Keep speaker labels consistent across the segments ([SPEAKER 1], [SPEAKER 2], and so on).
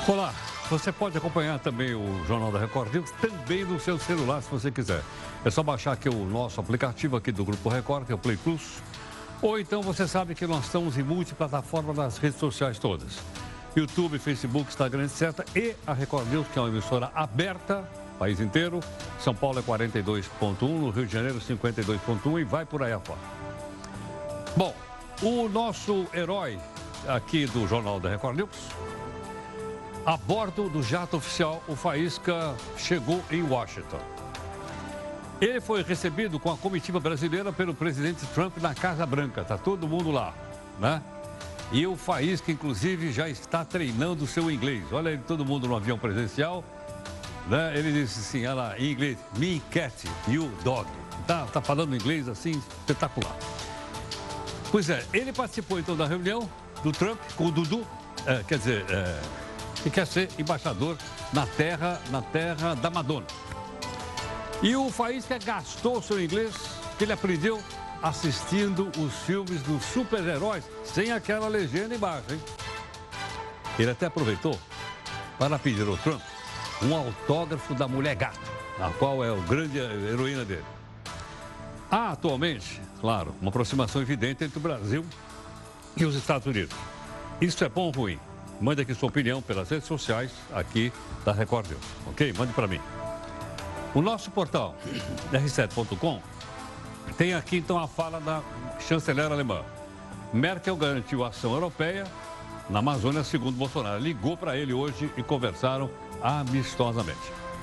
[SPEAKER 1] Olá, você pode acompanhar também o Jornal da Record News também no seu celular, se você quiser. É só baixar aqui o nosso aplicativo aqui do Grupo Record, que é o Play Plus. Ou então você sabe que nós estamos em multiplataforma nas redes sociais todas. YouTube, Facebook, Instagram, etc. E a Record News, que é uma emissora aberta, país inteiro. São Paulo é 42.1, no Rio de Janeiro 52.1 e vai por aí afora. Bom, o nosso herói aqui do Jornal da Record News, a bordo do jato oficial, o Faísca chegou em Washington. Ele foi recebido com a comitiva brasileira pelo presidente Trump na Casa Branca. Está todo mundo lá, né? E o Faísca, inclusive, já está treinando o seu inglês. Olha ele, todo mundo no avião presencial, né? Ele disse assim, olha lá, em inglês, me cat, you dog. Tá falando inglês assim, espetacular. Pois é, ele participou então da reunião do Trump com o Dudu, que quer ser embaixador na terra da Madonna. E o Faísca gastou seu inglês, que ele aprendeu assistindo os filmes dos super-heróis, sem aquela legenda embaixo, hein? Ele até aproveitou para pedir ao Trump um autógrafo da Mulher Gato, a qual é a grande heroína dele. Há atualmente, claro, uma aproximação evidente entre o Brasil e os Estados Unidos. Isso é bom ou ruim? Mande aqui sua opinião pelas redes sociais aqui da Record News, ok? Mande para mim. O nosso portal, r7.com, tem aqui então a fala da chanceler alemã. Merkel garantiu a ação europeia na Amazônia, segundo Bolsonaro. Ligou para ele hoje e conversaram amistosamente.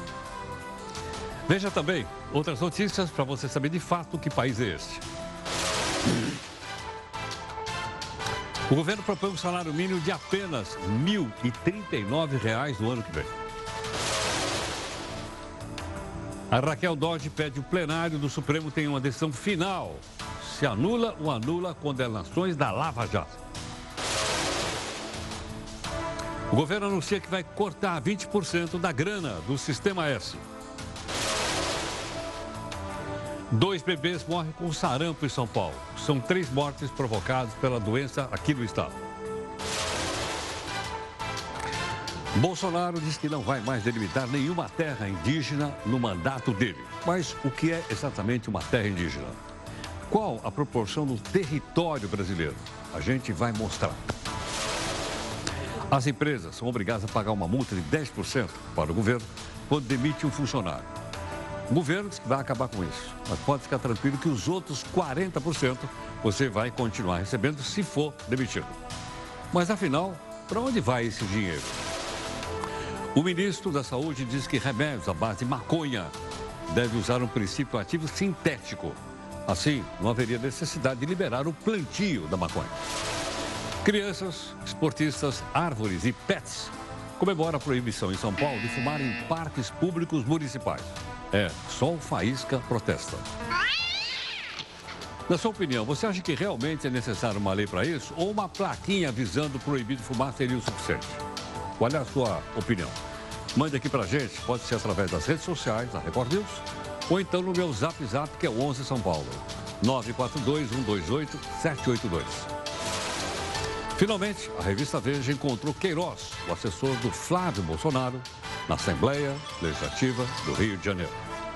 [SPEAKER 1] Veja também outras notícias para você saber de fato que país é este. O governo propõe um salário mínimo de apenas R$ 1.039 no ano que vem. A Raquel Dodge pede o plenário do Supremo tenha uma decisão final se anula ou anula condenações da Lava Jato. O governo anuncia que vai cortar 20% da grana do Sistema S. 2 bebês morrem com sarampo em São Paulo. São 3 mortes provocadas pela doença aqui no estado. Bolsonaro diz que não vai mais delimitar nenhuma terra indígena no mandato dele. Mas o que é exatamente uma terra indígena? Qual a proporção do território brasileiro? A gente vai mostrar. As empresas são obrigadas a pagar uma multa de 10% para o governo quando demite um funcionário. O governo diz que vai acabar com isso, mas pode ficar tranquilo que os outros 40% você vai continuar recebendo se for demitido. Mas afinal, para onde vai esse dinheiro? O ministro da Saúde diz que remédios à base de maconha devem usar um princípio ativo sintético. Assim, não haveria necessidade de liberar o plantio da maconha. Crianças, esportistas, árvores e pets comemoram a proibição em São Paulo de fumar em parques públicos municipais. Só o Faísca protesta. Na sua opinião, você acha que realmente é necessário uma lei para isso? Ou uma plaquinha avisando proibido fumar seria o suficiente? Qual é a sua opinião? Mande aqui pra gente, pode ser através das redes sociais, da Record News, ou então no meu Zap, que é o 11 São Paulo, 942-128-782. Finalmente, a revista Veja encontrou Queiroz, o assessor do Flávio Bolsonaro, na Assembleia Legislativa do Rio de Janeiro.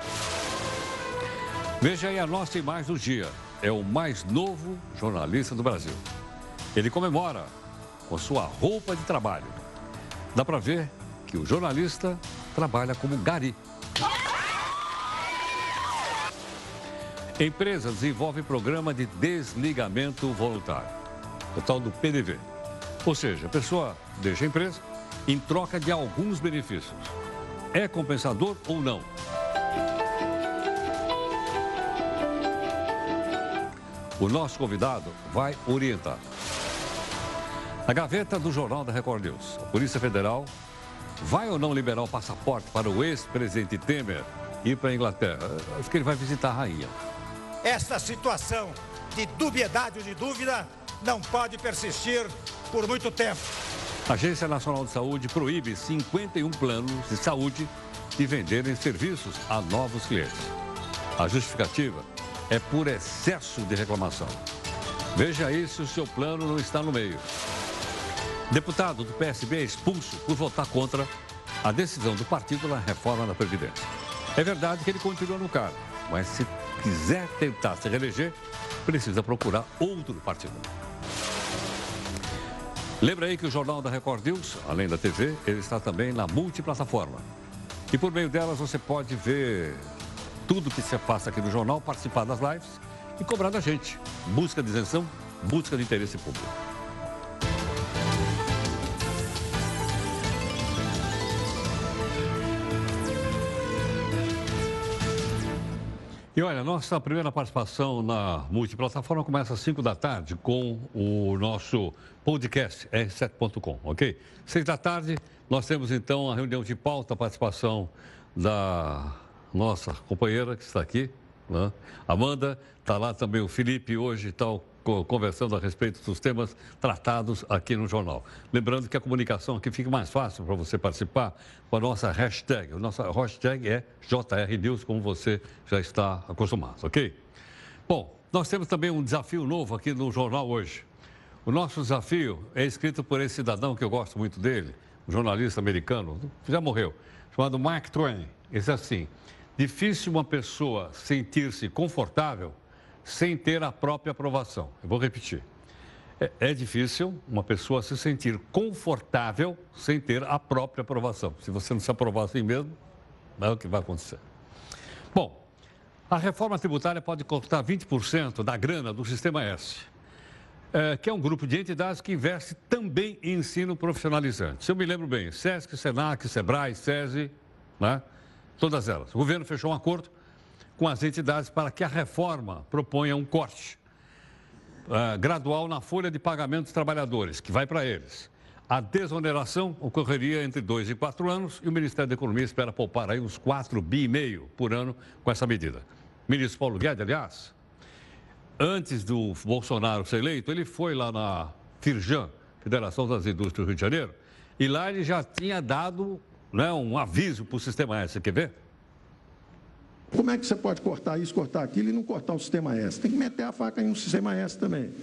[SPEAKER 1] Veja aí a nossa imagem do dia. É o mais novo jornalista do Brasil. Ele comemora com sua roupa de trabalho. Dá para ver que o jornalista trabalha como gari. Empresa desenvolve programa de desligamento voluntário, o tal do PDV. Ou seja, a pessoa deixa a empresa em troca de alguns benefícios. É compensador ou não? O nosso convidado vai orientar. A gaveta do Jornal da Record News. A Polícia Federal vai ou não liberar o passaporte para o ex-presidente Temer ir para a Inglaterra? Acho que ele vai visitar a rainha.
[SPEAKER 2] Esta situação de dubiedade ou de dúvida não pode persistir por muito tempo.
[SPEAKER 1] A Agência Nacional de Saúde proíbe 51 planos de saúde de venderem serviços a novos clientes. A justificativa é por excesso de reclamação. Veja aí se o seu plano não está no meio. Deputado do PSB é expulso por votar contra a decisão do partido na reforma da Previdência. É verdade que ele continua no cargo, mas se quiser tentar se reeleger, precisa procurar outro partido. Lembra aí que o Jornal da Record News, além da TV, ele está também na multiplataforma. E por meio delas você pode ver tudo que se passa aqui no jornal, participar das lives e cobrar da gente. Busca de isenção, busca de interesse público. E olha, nossa primeira participação na multiplataforma começa às 5 da tarde com o nosso podcast R7.com, ok? 6 da tarde, nós temos então a reunião de pauta, a participação da nossa companheira que está aqui, né? Amanda, está lá também o Felipe, hoje está conversando a respeito dos temas tratados aqui no jornal. Lembrando que a comunicação aqui fica mais fácil para você participar com a nossa hashtag. A nossa hashtag é JRNews, como você já está acostumado, ok? Bom, nós temos também um desafio novo aqui no jornal hoje. O nosso desafio é escrito por esse cidadão que eu gosto muito dele, um jornalista americano, já morreu, chamado Mark Twain. Diz assim: difícil uma pessoa sentir-se confortável sem ter a própria aprovação. Eu vou repetir. É difícil uma pessoa se sentir confortável sem ter a própria aprovação. Se você não se aprovar assim mesmo, é o que vai acontecer. Bom, a reforma tributária pode cortar 20% da grana do Sistema S, que é um grupo de entidades que investe também em ensino profissionalizante. Se eu me lembro bem, SESC, SENAC, SEBRAE, SESI, né? Todas elas. O governo fechou um acordo com as entidades para que a reforma proponha um corte gradual na folha de pagamento dos trabalhadores, que vai para eles. A desoneração ocorreria entre 2 e 4 anos e o Ministério da Economia espera poupar aí uns 4,5 bi por ano com essa medida. O ministro Paulo Guedes, aliás, antes do Bolsonaro ser eleito, ele foi lá na Firjan, Federação das Indústrias do Rio de Janeiro, e lá ele já tinha dado, né, um aviso para o Sistema S. Você quer ver?
[SPEAKER 3] Como é que você pode cortar isso, cortar aquilo e não cortar o Sistema S? Tem que meter a faca no Sistema S também.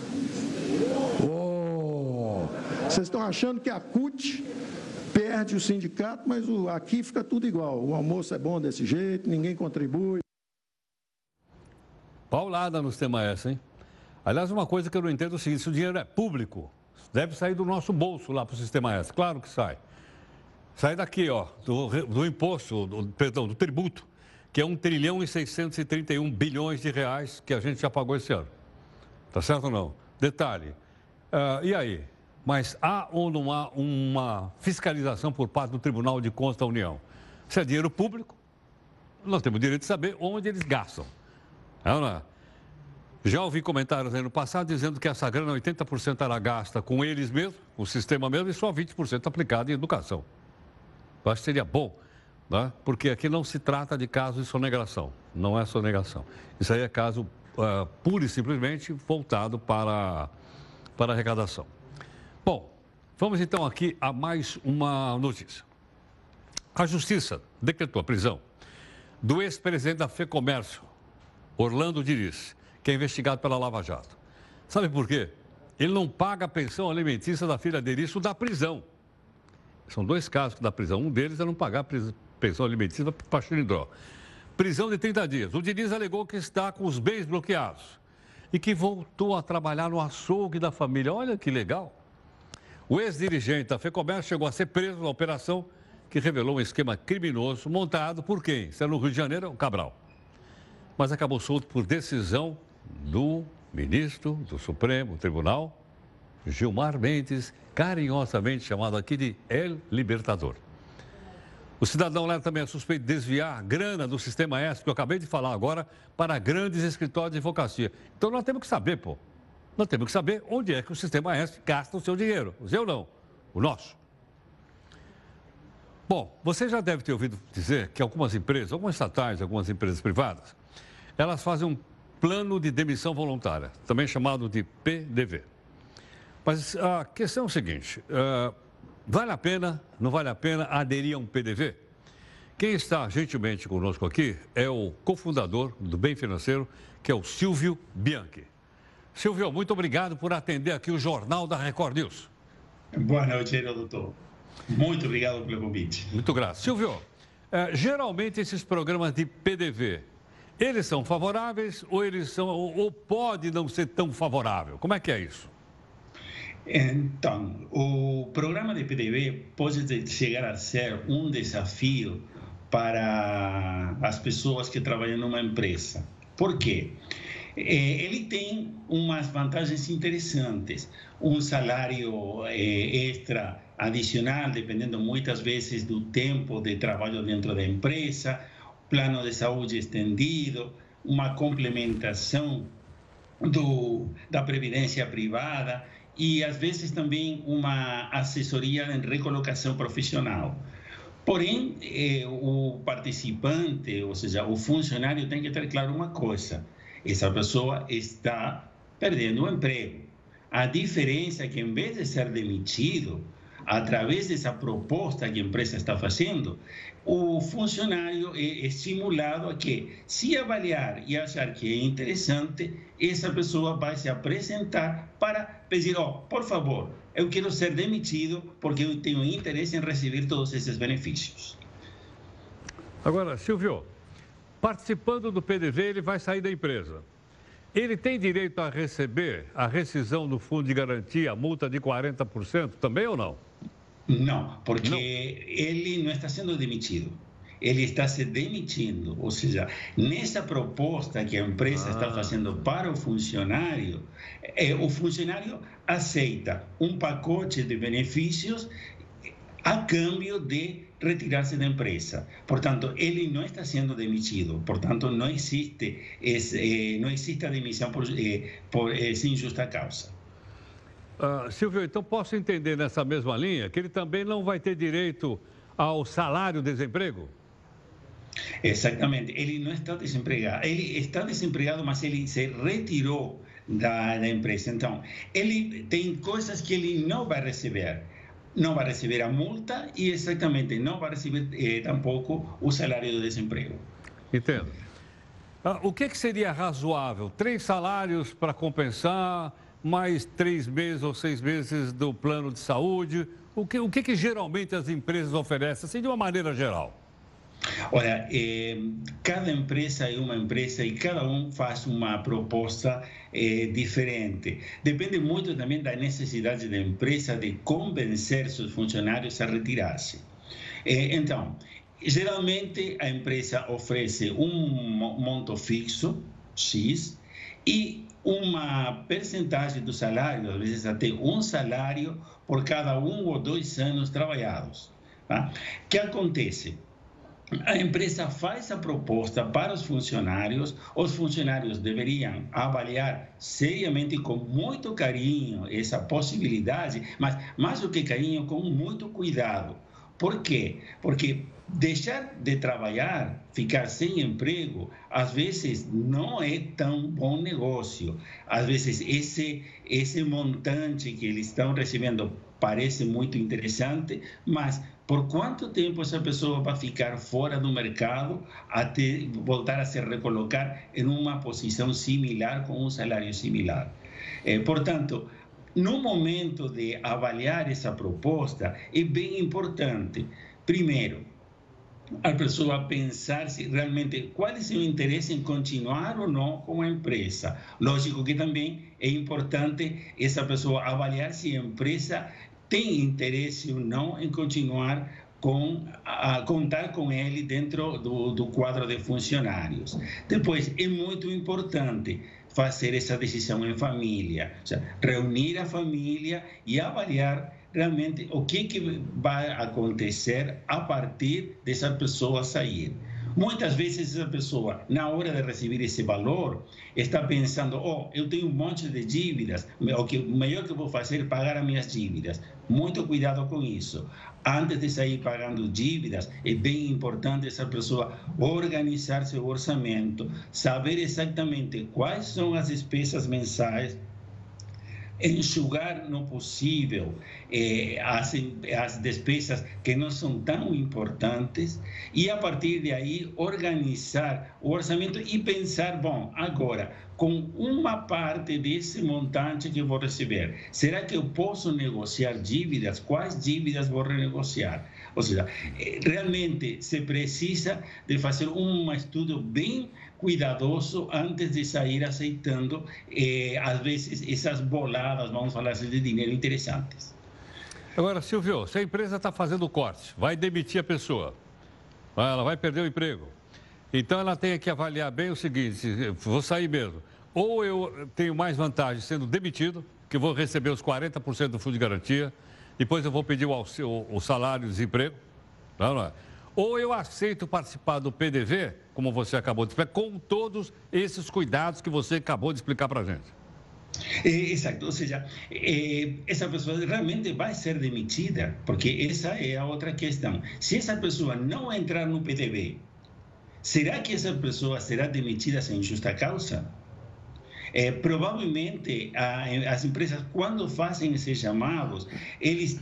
[SPEAKER 3] Oh, vocês estão achando que a CUT perde o sindicato, mas aqui fica tudo igual. O almoço é bom desse jeito, ninguém contribui.
[SPEAKER 1] Paulada no Sistema S, hein? Aliás, uma coisa que eu não entendo é o seguinte: se o dinheiro é público, deve sair do nosso bolso lá para o Sistema S. Claro que sai. Sai daqui, ó, do imposto, do tributo, que é 1 trilhão e 631 bilhões de reais que a gente já pagou esse ano. Tá certo ou não? Detalhe, e aí? Mas há ou não há uma fiscalização por parte do Tribunal de Contas da União? Se é dinheiro público, nós temos o direito de saber onde eles gastam. É ou não é? Já ouvi comentários aí no passado dizendo que essa grana, 80% era gasta com eles mesmos, o sistema mesmo, e só 20% aplicado em educação. Eu acho que seria bom, né? Porque aqui não se trata de caso de sonegação, não é sonegação. Isso aí é caso pura e simplesmente voltado para a arrecadação. Bom, vamos então aqui a mais uma notícia. A Justiça decretou a prisão do ex-presidente da FEComércio, Orlando Diniz, que é investigado pela Lava Jato. Sabe por quê? Ele não paga a pensão alimentícia da filha dele, isso da prisão. São 2 casos da prisão. Um deles é não pagar a pensão alimentícia para Xilindró. Prisão de 30 dias. O Diniz alegou que está com os bens bloqueados e que voltou a trabalhar no açougue da família. Olha que legal. O ex-dirigente da FEComércio chegou a ser preso na operação que revelou um esquema criminoso montado por quem? Se é no Rio de Janeiro, o Cabral. Mas acabou solto por decisão do ministro do Supremo Tribunal, Gilmar Mendes, carinhosamente chamado aqui de El Libertador. O cidadão lá também é suspeito de desviar grana do Sistema S, que eu acabei de falar agora, para grandes escritórios de advocacia. Então nós temos que saber, pô. Nós temos que saber onde é que o Sistema S gasta o seu dinheiro. O seu não, o nosso. Bom, você já deve ter ouvido dizer que algumas empresas, algumas estatais, algumas empresas privadas, elas fazem um plano de demissão voluntária, também chamado de PDV. Mas a questão é o seguinte, vale a pena, não vale a pena aderir a um PDV? Quem está gentilmente conosco aqui é o cofundador do Bem Financeiro, que é o Silvio Bianchi. Silvio, muito obrigado por atender aqui o Jornal da Record News.
[SPEAKER 4] Boa noite, doutor. Muito obrigado pelo convite.
[SPEAKER 1] Muito grato. Silvio, geralmente esses programas de PDV, eles são favoráveis ou pode não ser tão favorável? Como é que é isso?
[SPEAKER 4] Então, o programa de PDV pode chegar a ser um desafio para as pessoas que trabalham numa empresa. Por quê? Ele tem umas vantagens interessantes. Um salário extra adicional, dependendo muitas vezes do tempo de trabalho dentro da empresa, plano de saúde estendido, uma complementação da previdência privada e, às vezes, também uma assessoria em recolocação profissional. Porém, o participante, ou seja, o funcionário, tem que ter claro uma coisa: essa pessoa está perdendo o emprego. A diferença é que, em vez de ser demitido, através dessa proposta que a empresa está fazendo, o funcionário é estimulado a que, se avaliar e achar que é interessante, essa pessoa vai se apresentar para pedir: por favor, eu quero ser demitido porque eu tenho interesse em receber todos esses benefícios.
[SPEAKER 1] Agora, Silvio, participando do PDV, ele vai sair da empresa. Ele tem direito a receber a rescisão do fundo de garantia, a multa de 40% também ou não?
[SPEAKER 4] Não, porque ele não está sendo demitido. Ele está se demitindo. Ou seja, nessa proposta que a empresa está fazendo para o funcionário aceita um pacote de benefícios a câmbio de retirar-se da empresa. Portanto, ele não está sendo demitido. Portanto, não existe a demissão sem justa causa.
[SPEAKER 1] Silvio, então posso entender nessa mesma linha que ele também não vai ter direito ao salário-desemprego?
[SPEAKER 4] Exatamente. Ele não está desempregado. Ele está desempregado, mas ele se retirou da empresa. Então, ele tem coisas que ele não vai receber. Não vai receber a multa e, exatamente, não vai receber tampouco o salário do desemprego.
[SPEAKER 1] Entendo. O que seria razoável? 3 salários para compensar, mais 3 meses ou 6 meses do plano de saúde? O que geralmente as empresas oferecem, assim, de uma maneira geral?
[SPEAKER 4] Olha, cada empresa é uma empresa e cada um faz uma proposta diferente. Depende muito também da necessidade da empresa de convencer seus funcionários a retirar-se. Então, geralmente a empresa oferece um monto fixo, X, e uma percentagem do salário, às vezes até um salário por cada 1 ou 2 anos trabalhados. Tá? O que acontece? A empresa faz a proposta para os funcionários deveriam avaliar seriamente, com muito carinho, essa possibilidade, mas mais do que carinho, com muito cuidado. Por quê? Porque deixar de trabalhar, ficar sem emprego, às vezes não é tão bom negócio. Às vezes esse montante que eles estão recebendo parece muito interessante, mas por quanto tempo essa pessoa vai ficar fora do mercado até voltar a se recolocar em uma posição similar, com um salário similar? Portanto, no momento de avaliar essa proposta, é bem importante, primeiro, a pessoa pensar se realmente qual é o seu interesse em continuar ou não com a empresa. Lógico que também é importante essa pessoa avaliar se a empresa tem interesse ou não em continuar a contar com ele dentro do quadro de funcionários. Depois, é muito importante fazer essa decisão em família, ou seja, reunir a família e avaliar realmente o que vai acontecer a partir dessa pessoa sair. Muitas vezes essa pessoa, na hora de receber esse valor, está pensando: eu tenho um monte de dívidas, o melhor que eu vou fazer é pagar as minhas dívidas. Muito cuidado com isso. Antes de sair pagando dívidas, é bem importante essa pessoa organizar seu orçamento, saber exatamente quais são as despesas mensais, enxugar no possível as despesas que não são tão importantes e, a partir de aí, organizar o orçamento e pensar: bom, agora, com uma parte desse montante que eu vou receber. Será que eu posso negociar dívidas? Quais dívidas vou renegociar? Ou seja, realmente se precisa de fazer um estudo bem cuidadoso antes de sair aceitando, às vezes, essas boladas, vamos falar assim, de dinheiro interessantes.
[SPEAKER 1] Agora, Silvio, se a empresa está fazendo corte, vai demitir a pessoa, ela vai perder o emprego. Então, ela tem que avaliar bem o seguinte, vou sair mesmo. Ou eu tenho mais vantagem sendo demitido, que eu vou receber os 40% do fundo de garantia, depois eu vou pedir o salário de desemprego, não é? Ou eu aceito participar do PDV, como você acabou de explicar, com todos esses cuidados que você acabou de explicar para a gente.
[SPEAKER 4] Exato, ou seja, essa pessoa realmente vai ser demitida, porque essa é a outra questão. Se essa pessoa não entrar no PDV, será que essa pessoa será demitida sem justa causa? Provavelmente as empresas, quando fazem esses chamados, eles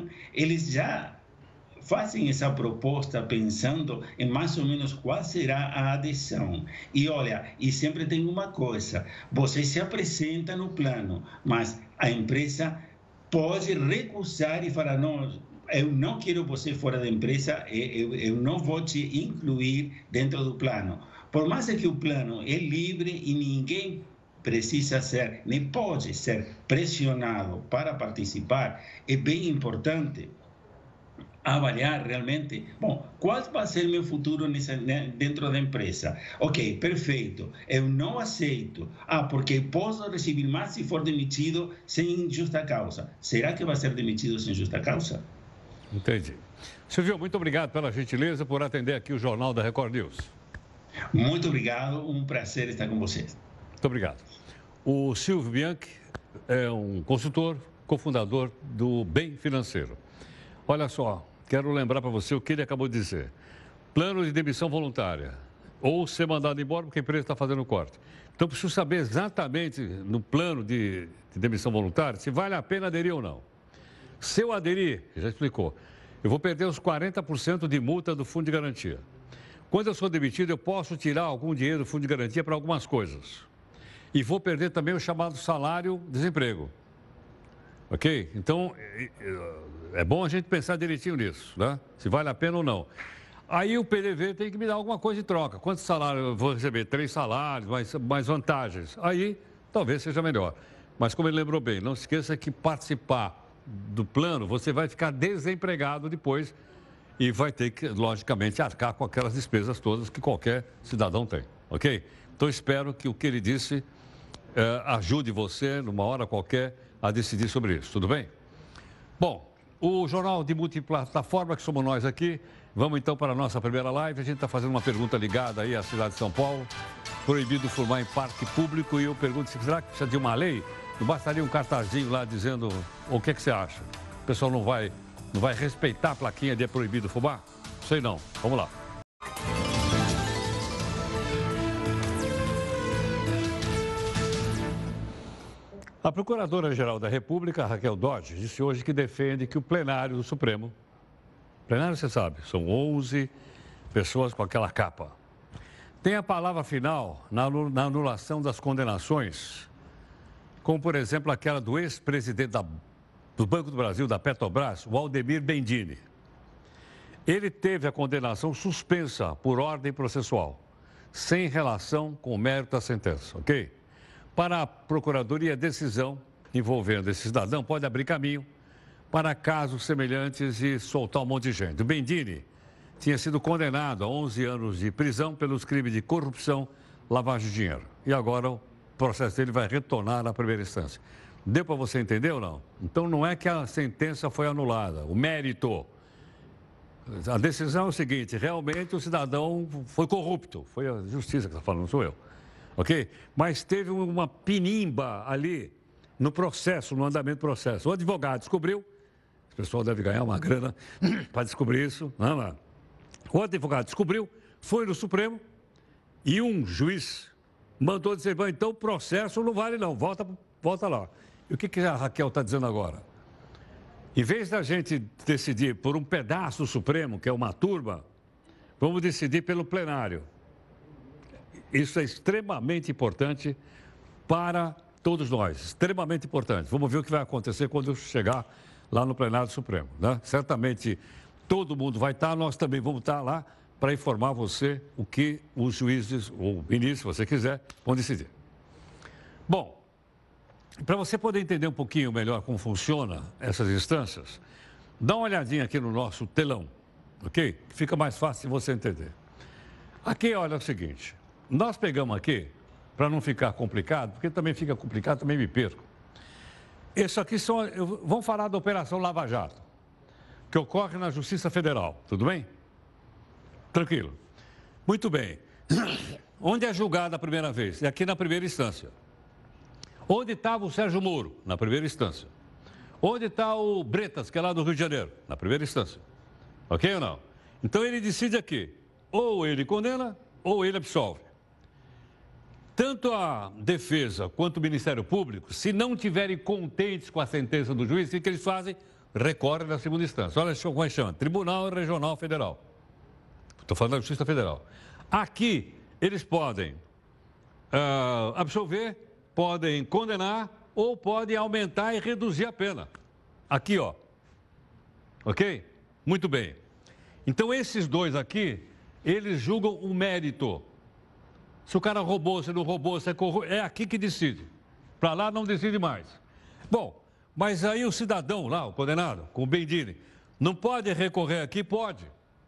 [SPEAKER 4] já fazem essa proposta pensando em mais ou menos qual será a adesão. E olha, e sempre tem uma coisa, você se apresenta no plano, mas a empresa pode recusar e falar, não, eu não quero você fora da empresa, eu não vou te incluir dentro do plano. Por mais que o plano é livre e ninguém precisa ser, nem pode ser pressionado para participar, é bem importante avaliar realmente, bom, qual vai ser meu futuro dentro da empresa? Ok, perfeito, eu não aceito, porque posso receber mais se for demitido sem justa causa. Será que vai ser demitido sem justa causa?
[SPEAKER 1] Entendi. Silvio, muito obrigado pela gentileza por atender aqui o Jornal da Record News.
[SPEAKER 4] Muito obrigado, um prazer estar com vocês.
[SPEAKER 1] Muito obrigado. O Silvio Bianchi é um consultor, cofundador do Bem Financeiro. Olha só, quero lembrar para você o que ele acabou de dizer. Plano de demissão voluntária, ou ser mandado embora porque a empresa está fazendo corte. Então, preciso saber exatamente no plano de demissão voluntária se vale a pena aderir ou não. Se eu aderir, já explicou, eu vou perder os 40% de multa do fundo de garantia. Quando eu sou demitido, eu posso tirar algum dinheiro do fundo de garantia para algumas coisas. E vou perder também o chamado salário-desemprego. Ok? Então, é bom a gente pensar direitinho nisso, né? Se vale a pena ou não. Aí o PDV tem que me dar alguma coisa em troca. Quantos salários eu vou receber? 3 salários, mais vantagens. Aí, talvez seja melhor. Mas, como ele lembrou bem, não se esqueça que participar do plano, você vai ficar desempregado depois e vai ter que, logicamente, arcar com aquelas despesas todas que qualquer cidadão tem, ok? Então, espero que o que ele disse ajude você, numa hora qualquer, a decidir sobre isso, tudo bem? Bom, o Jornal de Multiplataforma, que somos nós aqui, vamos então para a nossa primeira live. A gente está fazendo uma pergunta ligada aí à cidade de São Paulo, proibido fumar em parque público, e eu pergunto, será que precisa de uma lei? Não bastaria um cartazinho lá dizendo o que você acha? O pessoal não vai respeitar a plaquinha de é proibido fumar? Sei não. Vamos lá. A Procuradora-Geral da República, Raquel Dodge, disse hoje que defende que o plenário do Supremo, plenário você sabe, são 11 pessoas com aquela capa, tem a palavra final na anulação das condenações, como, por exemplo, aquela do ex-presidente do Banco do Brasil, da Petrobras, o Aldemir Bendini. Ele teve a condenação suspensa por ordem processual, sem relação com o mérito da sentença, ok? Para a Procuradoria, a decisão envolvendo esse cidadão pode abrir caminho para casos semelhantes e soltar um monte de gente. O Bendini tinha sido condenado a 11 anos de prisão pelos crimes de corrupção, lavagem de dinheiro. E agora o processo dele vai retornar na primeira instância. Deu para você entender ou não? Então não é que a sentença foi anulada, o mérito. A decisão é o seguinte, realmente o cidadão foi corrupto, foi a justiça que está falando, não sou eu. Ok? Mas teve uma pinimba ali no processo, no andamento do processo. O advogado descobriu, o pessoal deve ganhar uma grana para descobrir isso, não é? O advogado descobriu, foi no Supremo e um juiz mandou dizer, bom, então o processo não vale não, volta lá. E o que a Raquel está dizendo agora? Em vez da gente decidir por um pedaço do Supremo, que é uma turma, vamos decidir pelo plenário. Isso é extremamente importante para todos nós, extremamente importante. Vamos ver o que vai acontecer quando chegar lá no plenário Supremo, né? Certamente todo mundo vai estar, nós também vamos estar lá para informar você o que os juízes, ou ministros, se você quiser, vão decidir. Bom, para você poder entender um pouquinho melhor como funciona essas instâncias, dá uma olhadinha aqui no nosso telão, ok? Fica mais fácil de você entender. Aqui, olha o seguinte, nós pegamos aqui, para não ficar complicado, porque também fica complicado, também me perco. Isso aqui vamos falar da Operação Lava Jato, que ocorre na Justiça Federal, tudo bem? Tranquilo. Muito bem. Onde é julgada a primeira vez? É aqui na primeira instância. Onde estava o Sérgio Moro? Na primeira instância. Onde está o Bretas, que é lá do Rio de Janeiro? Na primeira instância. Ok ou não? Então ele decide aqui. Ou ele condena, ou ele absolve. Tanto a defesa quanto o Ministério Público, se não estiverem contentes com a sentença do juiz, o que eles fazem? Recorrem na segunda instância. Olha como é que chama. Tribunal Regional Federal. Estou falando da Justiça Federal. Aqui, eles podem absolver, podem condenar ou podem aumentar e reduzir a pena. Aqui, ó. Ok? Muito bem. Então, esses dois aqui, eles julgam o mérito. Se o cara roubou, se não roubou, se é corrupto, é aqui que decide. Para lá não decide mais. Bom, mas aí o cidadão lá, o condenado, com o Bendini, não pode recorrer aqui? Pode.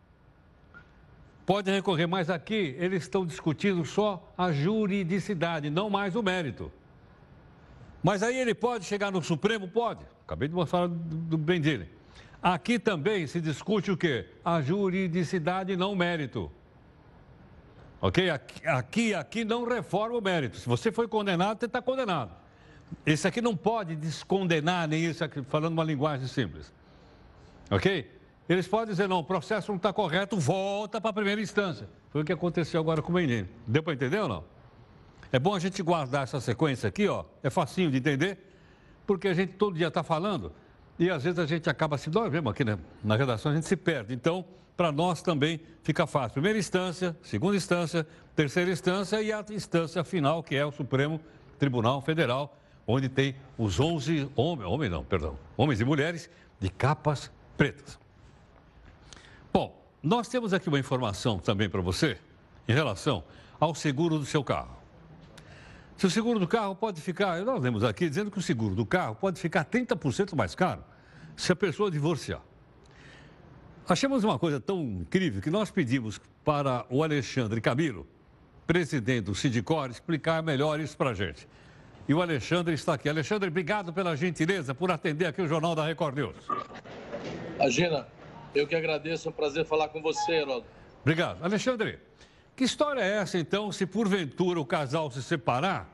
[SPEAKER 1] Pode recorrer, mas aqui eles estão discutindo só a juridicidade, não mais o mérito. Mas aí ele pode chegar no Supremo? Pode. Acabei de mostrar do Bendini. Aqui também se discute o quê? A juridicidade, não o mérito. Ok? Aqui não reforma o mérito. Se você foi condenado, você está condenado. Esse aqui não pode descondenar, nem isso aqui, falando uma linguagem simples. Ok? Eles podem dizer, não, o processo não está correto, volta para a primeira instância. Foi o que aconteceu agora com o Bendini. Deu para entender ou não? É bom a gente guardar essa sequência aqui, ó. É facinho de entender, porque a gente todo dia está falando e às vezes a gente acaba se... Nós mesmo aqui na redação a gente se perde. Então, para nós também fica fácil. Primeira instância, segunda instância, terceira instância e a instância final, que é o Supremo Tribunal Federal, onde tem os 11 homens e mulheres de capas pretas. Bom, nós temos aqui uma informação também para você em relação ao seguro do seu carro. Se o seguro do carro pode ficar, nós lemos aqui dizendo que o seguro do carro pode ficar 30% mais caro se a pessoa divorciar. Achamos uma coisa tão incrível que nós pedimos para o Alexandre Camilo, presidente do Sindicor, explicar melhor isso para a gente. E o Alexandre está aqui. Alexandre, obrigado pela gentileza por atender aqui o Jornal da Record News.
[SPEAKER 5] Imagina, eu que agradeço, é um prazer falar com você, Heródoto.
[SPEAKER 1] Obrigado. Alexandre, que história é essa, então, se porventura o casal se separar,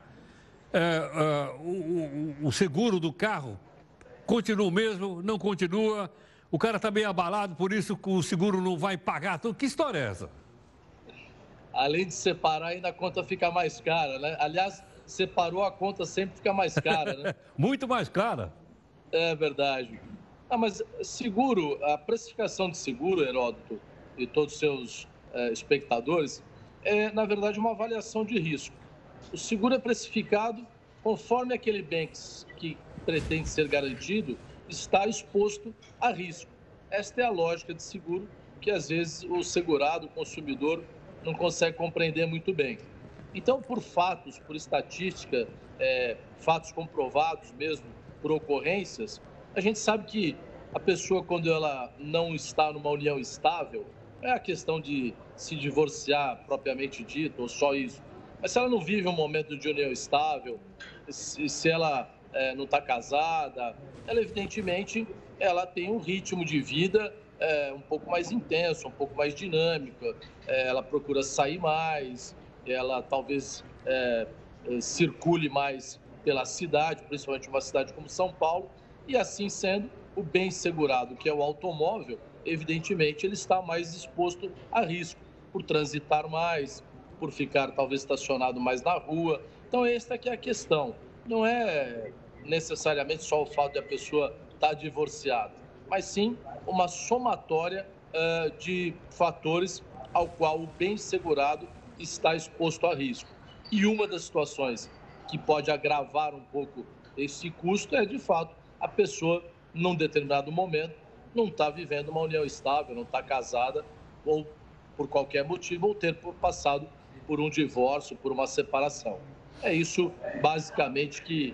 [SPEAKER 1] o seguro do carro continua o mesmo, não continua, o cara está meio abalado, por isso que o seguro não vai pagar. Então, que história é essa?
[SPEAKER 5] Além de separar, ainda a conta fica mais cara, né? Aliás, separou, a conta sempre fica mais cara, né?
[SPEAKER 1] Muito mais cara.
[SPEAKER 5] É verdade. Mas seguro, a precificação de seguro, Heródoto, e todos os seus espectadores, é, na verdade, uma avaliação de risco. O seguro é precificado conforme aquele bem que pretende ser garantido está exposto a risco. Esta é a lógica de seguro que, às vezes, o segurado, o consumidor, não consegue compreender muito bem. Então, por fatos, por estatística, fatos comprovados mesmo, por ocorrências, a gente sabe que a pessoa, quando ela não está numa união estável, não é a questão de se divorciar propriamente dito, ou só isso. Mas se ela não vive um momento de união estável, se ela não está casada, ela evidentemente ela tem um ritmo de vida um pouco mais intenso, um pouco mais dinâmico, ela procura sair mais, ela talvez circule mais pela cidade, principalmente uma cidade como São Paulo, e assim sendo, o bem segurado, que é o automóvel, evidentemente ele está mais exposto a risco, por transitar mais, por ficar talvez estacionado mais na rua. Então esta aqui é a questão, não é necessariamente só o fato de a pessoa estar divorciada, mas sim uma somatória de fatores ao qual o bem segurado está exposto a risco. E uma das situações que pode agravar um pouco esse custo é, de fato, a pessoa, num determinado momento, não está vivendo uma união estável, não está casada, ou por qualquer motivo, ou ter passado por um divórcio, por uma separação. É isso, basicamente, que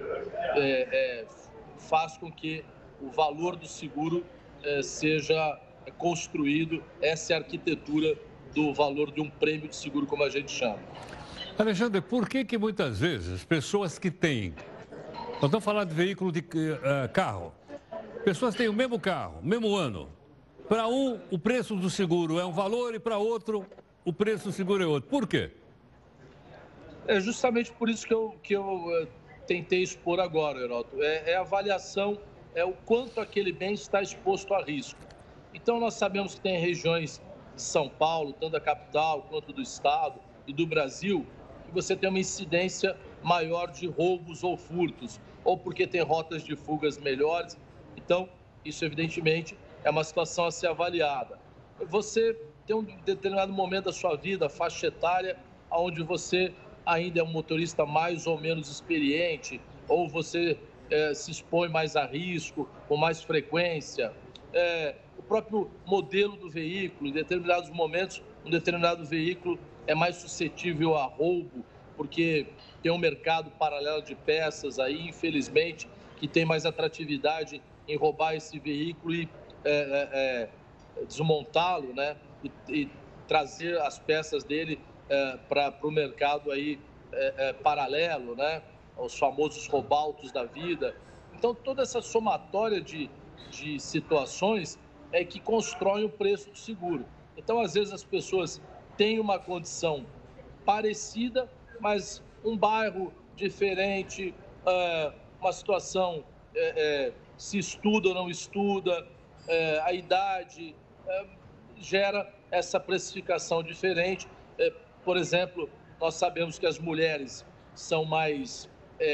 [SPEAKER 5] faz com que o valor do seguro seja construído, essa é a arquitetura do valor de um prêmio de seguro, como a gente chama.
[SPEAKER 1] Alexandre, por que muitas vezes pessoas que têm... Nós estamos falando de veículo de carro. Pessoas têm o mesmo carro, mesmo ano. Para um, o preço do seguro é um valor e para outro, o preço do seguro é outro. Por quê?
[SPEAKER 5] É justamente por isso que eu tentei expor agora, Heródoto. É a avaliação, é o quanto aquele bem está exposto a risco. Então, nós sabemos que tem regiões de São Paulo, tanto da capital quanto do estado e do Brasil, que você tem uma incidência maior de roubos ou furtos, ou porque tem rotas de fugas melhores. Então, isso, evidentemente, é uma situação a ser avaliada. Você tem um determinado momento da sua vida, faixa etária, onde você ainda é um motorista mais ou menos experiente, ou você se expõe mais a risco, com mais frequência. O próprio modelo do veículo, em determinados momentos, um determinado veículo é mais suscetível a roubo, porque tem um mercado paralelo de peças aí, infelizmente, que tem mais atratividade em roubar esse veículo e desmontá-lo, né? E trazer as peças dele para o mercado aí paralelo, né? Os famosos roubaltos da vida. Então, toda essa somatória de situações é que constrói o preço do seguro. Então, às vezes, as pessoas têm uma condição parecida, mas um bairro diferente, uma situação, se estuda ou não estuda, a idade, gera essa precificação diferente. Por exemplo, nós sabemos que as mulheres são mais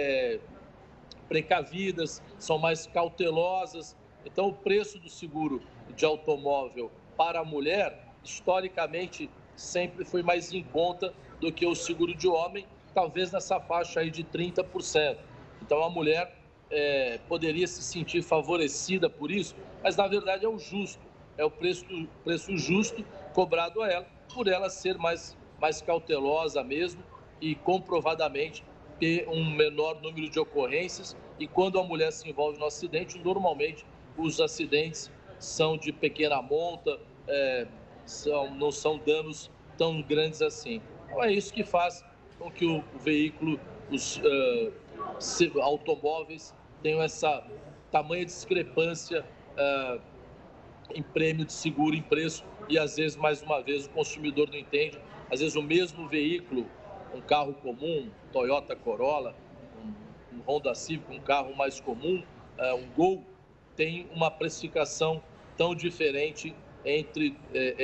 [SPEAKER 5] precavidas, são mais cautelosas. Então, o preço do seguro de automóvel para a mulher, historicamente, sempre foi mais em conta do que o seguro de homem, talvez nessa faixa aí de 30%. Então, a mulher poderia se sentir favorecida por isso, mas, na verdade, é o justo, é o preço justo cobrado a ela, por ela ser mais cautelosa mesmo e, comprovadamente, ter um menor número de ocorrências. E quando a mulher se envolve no acidente, normalmente os acidentes são de pequena monta, não são danos tão grandes assim. Então, é isso que faz com que o veículo, os automóveis tenham essa tamanha discrepância em prêmio de seguro, em preço, e às vezes, mais uma vez, o consumidor não entende. Às vezes o mesmo veículo, um carro comum, um Toyota Corolla, um Honda Civic, um carro mais comum, um Gol, tem uma precificação tão diferente entre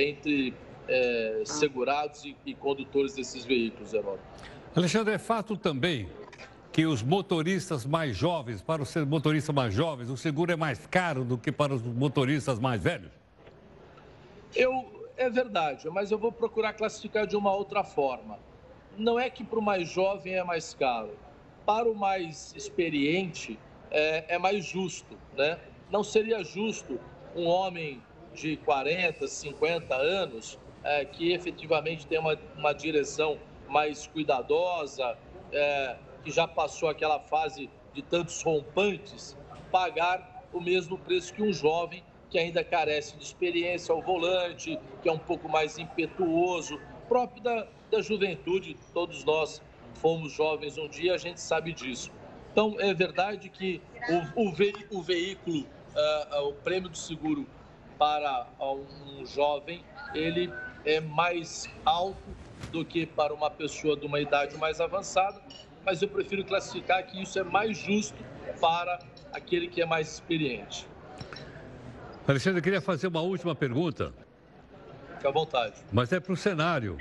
[SPEAKER 5] segurados e condutores desses veículos, Heródoto.
[SPEAKER 1] Alexandre, é fato também que os motoristas mais jovens, para os motoristas mais jovens, o seguro é mais caro do que para os motoristas mais velhos?
[SPEAKER 5] É verdade, mas eu vou procurar classificar de uma outra forma. Não é que para o mais jovem é mais caro. Para o mais experiente é mais justo, né? Não seria justo um homem de 40, 50 anos que efetivamente tem uma direção mais cuidadosa, que já passou aquela fase de tantos rompantes, pagar o mesmo preço que um jovem que ainda carece de experiência ao volante, que é um pouco mais impetuoso, próprio da juventude. Todos nós fomos jovens um dia, a gente sabe disso. Então, é verdade que o veículo, o prêmio do seguro para um jovem, ele é mais alto do que para uma pessoa de uma idade mais avançada, mas eu prefiro classificar que isso é mais justo para aquele que é mais experiente.
[SPEAKER 1] Alexandre, eu queria fazer uma última pergunta.
[SPEAKER 5] Fique à vontade.
[SPEAKER 1] Mas é para o cenário.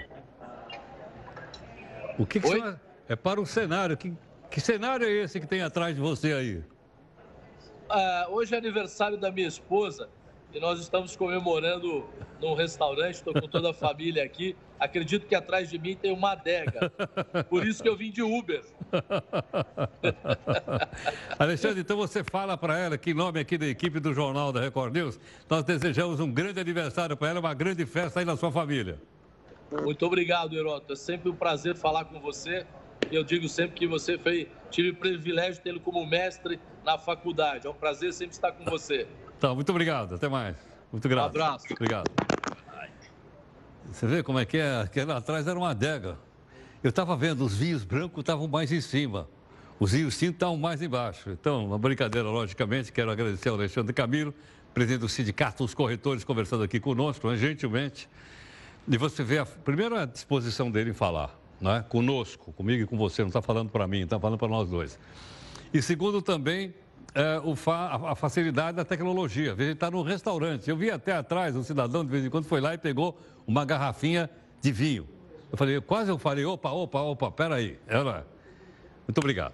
[SPEAKER 1] O que você... É para o cenário. Que cenário é esse que tem atrás de você aí?
[SPEAKER 5] Hoje é aniversário da minha esposa e nós estamos comemorando num restaurante, estou com toda a família aqui. Acredito que atrás de mim tem uma adega, por isso que eu vim de Uber.
[SPEAKER 1] Alexandre, então você fala para ela que, em nome aqui da equipe do Jornal da Record News, nós desejamos um grande aniversário para ela, uma grande festa aí na sua família.
[SPEAKER 5] Muito obrigado, Heródoto. É sempre um prazer falar com você. E eu digo sempre que você tive o privilégio de tê-lo como mestre na faculdade. É um prazer sempre estar com você.
[SPEAKER 1] Tá, muito obrigado. Até mais. Muito grato.
[SPEAKER 5] Um abraço.
[SPEAKER 1] Obrigado. Você vê como é que é? Aquela atrás era uma adega. Eu estava vendo, os vinhos brancos estavam mais em cima. Os vinhos tintos estavam mais embaixo. Então, uma brincadeira, logicamente. Quero agradecer ao Alexandre Camilo, presidente do Sindicato dos Corretores, conversando aqui conosco, gentilmente. E você vê, primeiro, a disposição dele em falar, não é? Conosco, comigo e com você. Não está falando para mim, está falando para nós dois. E segundo, também, a facilidade da tecnologia. Veja, ele está num restaurante. Eu vi até atrás, um cidadão, de vez em quando, foi lá e pegou uma garrafinha de vinho. Eu falei, opa, peraí. Muito obrigado.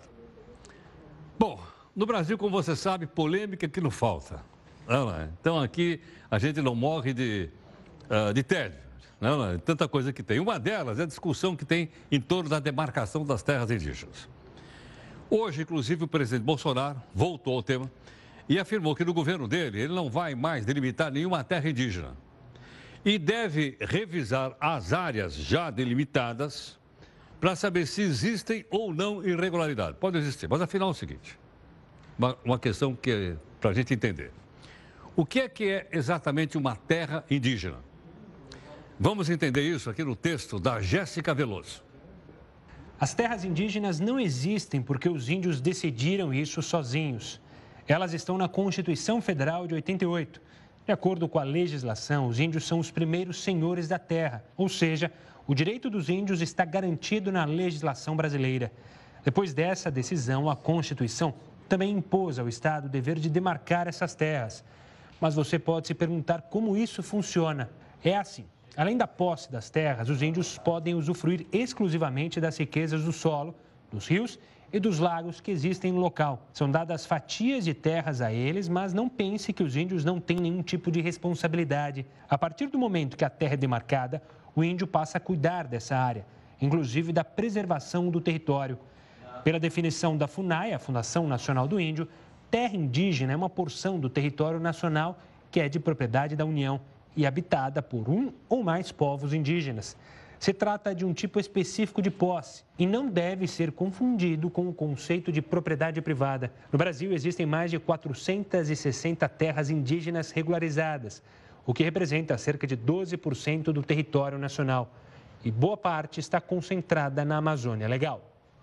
[SPEAKER 1] Bom, no Brasil, como você sabe, polêmica que não falta. Então, aqui, a gente não morre de tédio. Tanta coisa que tem. Uma delas é a discussão que tem em torno da demarcação das terras indígenas. Hoje, inclusive, o presidente Bolsonaro voltou ao tema e afirmou que no governo dele, ele não vai mais delimitar nenhuma terra indígena. E deve revisar as áreas já delimitadas para saber se existem ou não irregularidades. Pode existir, mas afinal é o seguinte, uma questão que é para a gente entender. O que é exatamente uma terra indígena? Vamos entender isso aqui no texto da Jéssica Veloso.
[SPEAKER 6] As terras indígenas não existem porque os índios decidiram isso sozinhos. Elas estão na Constituição Federal de 88. De acordo com a legislação, os índios são os primeiros senhores da terra, ou seja, o direito dos índios está garantido na legislação brasileira. Depois dessa decisão, a Constituição também impôs ao Estado o dever de demarcar essas terras. Mas você pode se perguntar como isso funciona. É assim. Além da posse das terras, os índios podem usufruir exclusivamente das riquezas do solo, dos rios e dos lagos que existem no local. São dadas fatias de terras a eles, mas não pense que os índios não têm nenhum tipo de responsabilidade. A partir do momento que a terra é demarcada, o índio passa a cuidar dessa área, inclusive da preservação do território. Pela definição da FUNAI, a Fundação Nacional do Índio, terra indígena é uma porção do território nacional que é de propriedade da União e habitada por um ou mais povos indígenas. Se trata de um tipo específico de posse e não deve ser confundido com o conceito de propriedade privada. No Brasil, existem mais de 460 terras indígenas regularizadas, o que representa cerca de 12% do território nacional. E boa parte está concentrada na Amazônia Legal.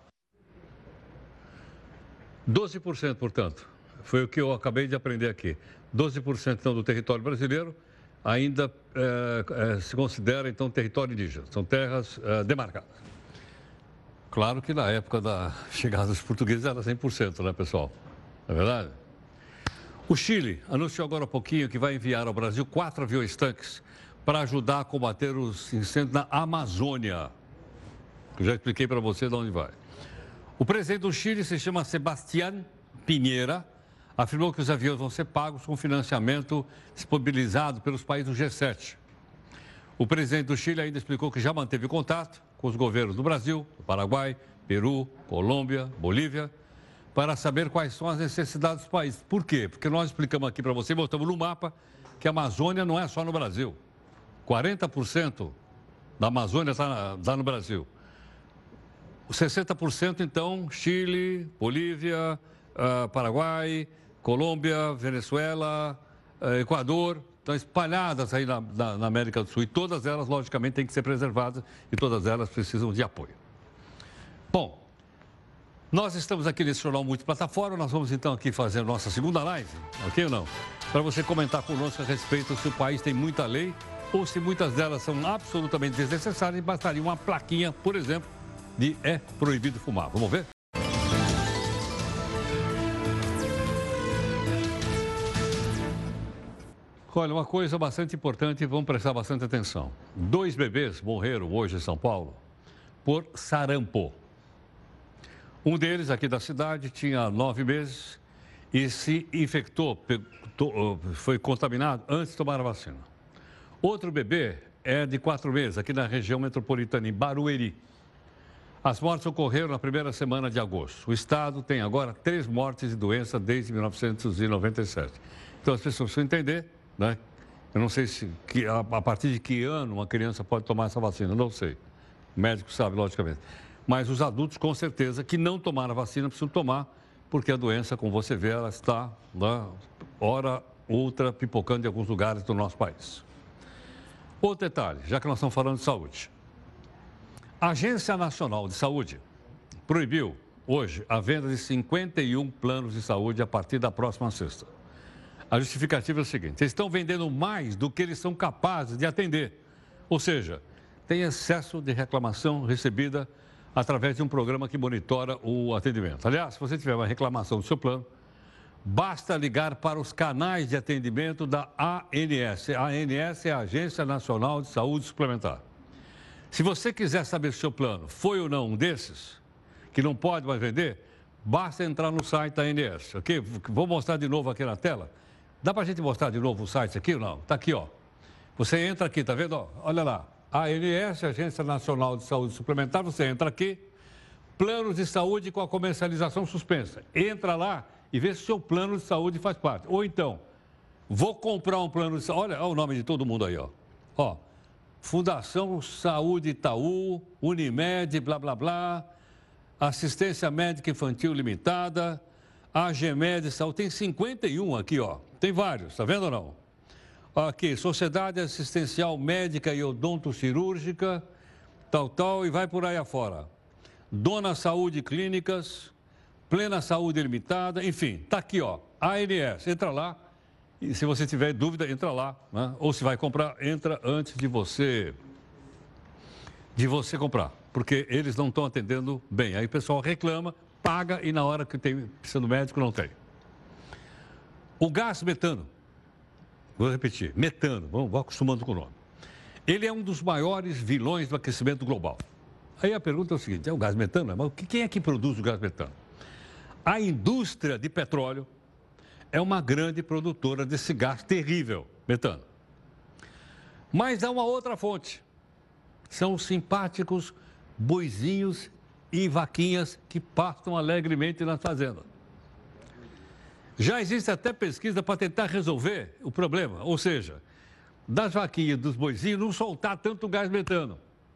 [SPEAKER 1] 12%, portanto, foi o que eu acabei de aprender aqui. 12% então, do território brasileiro ainda se considera, então, território indígena. São terras demarcadas. Claro que na época da chegada dos portugueses era 100%, né, pessoal? Não é verdade? O Chile anunciou agora há pouquinho que vai enviar ao Brasil 4 aviões-tanques para ajudar a combater os incêndios na Amazônia. Eu já expliquei para você de onde vai. O presidente do Chile se chama Sebastián Piñera, afirmou que os aviões vão ser pagos com financiamento disponibilizado pelos países do G7. O presidente do Chile ainda explicou que já manteve contato com os governos do Brasil, do Paraguai, Peru, Colômbia, Bolívia, para saber quais são as necessidades dos países. Por quê? Porque nós explicamos aqui para você, botamos no mapa, que a Amazônia não é só no Brasil. 40% da Amazônia está no Brasil. Os 60%, então, Chile, Bolívia, Paraguai, Colômbia, Venezuela, Equador, estão espalhadas aí na América do Sul. E todas elas, logicamente, têm que ser preservadas e todas elas precisam de apoio. Bom, nós estamos aqui nesse Jornal Multiplataforma. Nós vamos, então, aqui fazer nossa segunda live, ok ou não? Para você comentar conosco a respeito se o país tem muita lei ou se muitas delas são absolutamente desnecessárias e bastaria uma plaquinha, por exemplo, de é proibido fumar. Vamos ver? Olha, uma coisa bastante importante, vamos prestar bastante atenção. 2 bebês morreram hoje em São Paulo por sarampo. Um deles, aqui da cidade, tinha 9 meses e se infectou, foi contaminado antes de tomar a vacina. Outro bebê é de 4 meses, aqui na região metropolitana, em Barueri. As mortes ocorreram na primeira semana de agosto. O estado tem agora 3 mortes de doença desde 1997. Então, as pessoas precisam entender, né? Eu não sei a partir de que ano uma criança pode tomar essa vacina, não sei. O médico sabe, logicamente. Mas os adultos, com certeza, que não tomaram a vacina, precisam tomar, porque a doença, como você vê, ela está, né, hora outra, pipocando em alguns lugares do nosso país. Outro detalhe, já que nós estamos falando de saúde. A Agência Nacional de Saúde proibiu hoje a venda de 51 planos de saúde a partir da próxima sexta. A justificativa é o seguinte: eles estão vendendo mais do que eles são capazes de atender. Ou seja, tem excesso de reclamação recebida através de um programa que monitora o atendimento. Aliás, se você tiver uma reclamação do seu plano, basta ligar para os canais de atendimento da ANS. A ANS é a Agência Nacional de Saúde Suplementar. Se você quiser saber se o seu plano foi ou não um desses, que não pode mais vender, basta entrar no site da ANS, ok? Vou mostrar de novo aqui na tela. Dá para a gente mostrar de novo o site aqui ou não? Está aqui, ó. Você entra aqui, tá vendo? Ó, olha lá. A ANS, Agência Nacional de Saúde Suplementar, você entra aqui, planos de saúde com a comercialização suspensa. Entra lá e vê se o seu plano de saúde faz parte. Ou então, vou comprar um plano de saúde. Olha o nome de todo mundo aí, ó. Ó, Fundação Saúde Itaú, Unimed, blá, blá, blá, Assistência Médica Infantil Limitada, AGMed Saúde. Tem 51 aqui, ó. Tem vários, tá vendo ou não? Aqui, Sociedade Assistencial Médica e Odontocirúrgica, tal, e vai por aí afora. Dona Saúde Clínicas, Plena Saúde Limitada, enfim, tá aqui, ó, ANS. Entra lá e se você tiver dúvida, entra lá, né? Ou se vai comprar, entra antes de você comprar, porque eles não estão atendendo bem. Aí o pessoal reclama, paga e na hora que precisa do médico não tem. O gás metano. Vou repetir, metano, vamos acostumando com o nome. Ele é um dos maiores vilões do aquecimento global. Aí a pergunta é o seguinte: é o gás metano? Mas quem é que produz o gás metano? A indústria de petróleo é uma grande produtora desse gás terrível, metano. Mas há uma outra fonte. São os simpáticos boizinhos e vaquinhas que pastam alegremente nas fazendas. Já existe até pesquisa para tentar resolver o problema, ou seja, das vaquinhas e dos boizinhos não soltar tanto gás metano.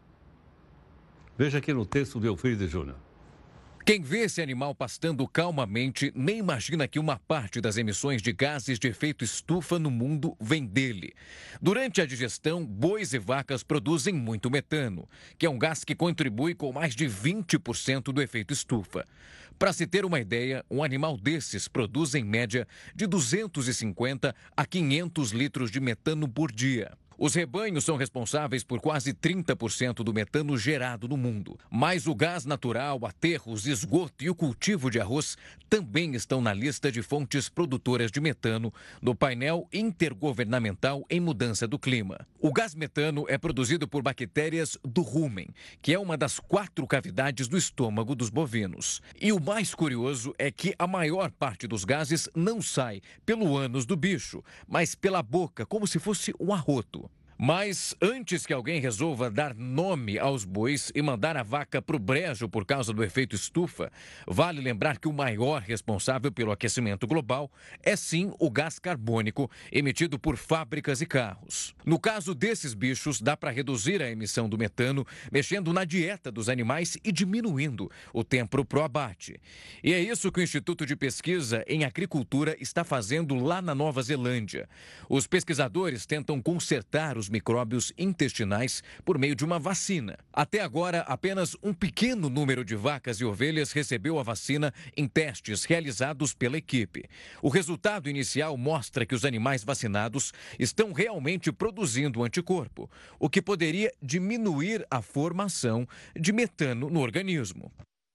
[SPEAKER 1] Veja aqui no texto do Eufrides Júnior.
[SPEAKER 7] Quem vê esse animal pastando calmamente nem imagina que uma parte das emissões de gases de efeito estufa no mundo vem dele. Durante a digestão, bois e vacas produzem muito metano, que é um gás que contribui com mais de 20% do efeito estufa. Para se ter uma ideia, um animal desses produz em média de 250 a 500 litros de metano por dia. Os rebanhos são responsáveis por quase 30% do metano gerado no mundo. Mas o gás natural, aterros, esgoto e o cultivo de arroz também estão na lista de fontes produtoras de metano do painel intergovernamental em mudança do clima. O gás metano é produzido por bactérias do rumen, que é uma das 4 cavidades do estômago dos bovinos. E o mais curioso é que a maior parte dos gases não sai pelo ânus do bicho, mas pela boca, como se fosse um arroto. Mas antes que alguém resolva dar nome aos bois e mandar a vaca para o brejo por causa do efeito estufa, vale lembrar que o maior responsável pelo aquecimento global é sim o gás carbônico emitido por fábricas e carros. No caso desses bichos, dá para reduzir a emissão do metano mexendo na dieta dos animais e diminuindo o tempo para o abate. E é isso que o Instituto de Pesquisa em Agricultura está fazendo lá na Nova Zelândia. Os pesquisadores tentam consertar os micróbios intestinais por meio de uma vacina. Até agora, apenas um pequeno número de vacas e ovelhas recebeu a vacina em testes realizados pela equipe. O resultado inicial mostra que os animais vacinados estão realmente produzindo anticorpo, o que poderia diminuir a formação de metano no organismo.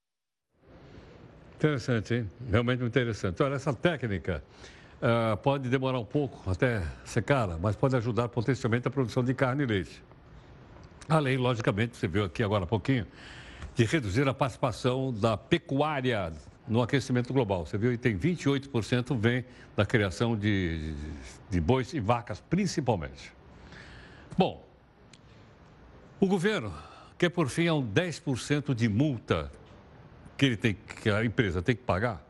[SPEAKER 1] Interessante, hein? Realmente interessante. Olha, essa técnica pode demorar um pouco até ser cara, mas pode ajudar potencialmente a produção de carne e leite. Além, logicamente, você viu aqui agora há pouquinho, de reduzir a participação da pecuária no aquecimento global. Você viu, e tem 28% vem da criação de bois e vacas, principalmente. Bom, o governo quer, por fim, 10% de multa que a empresa tem que pagar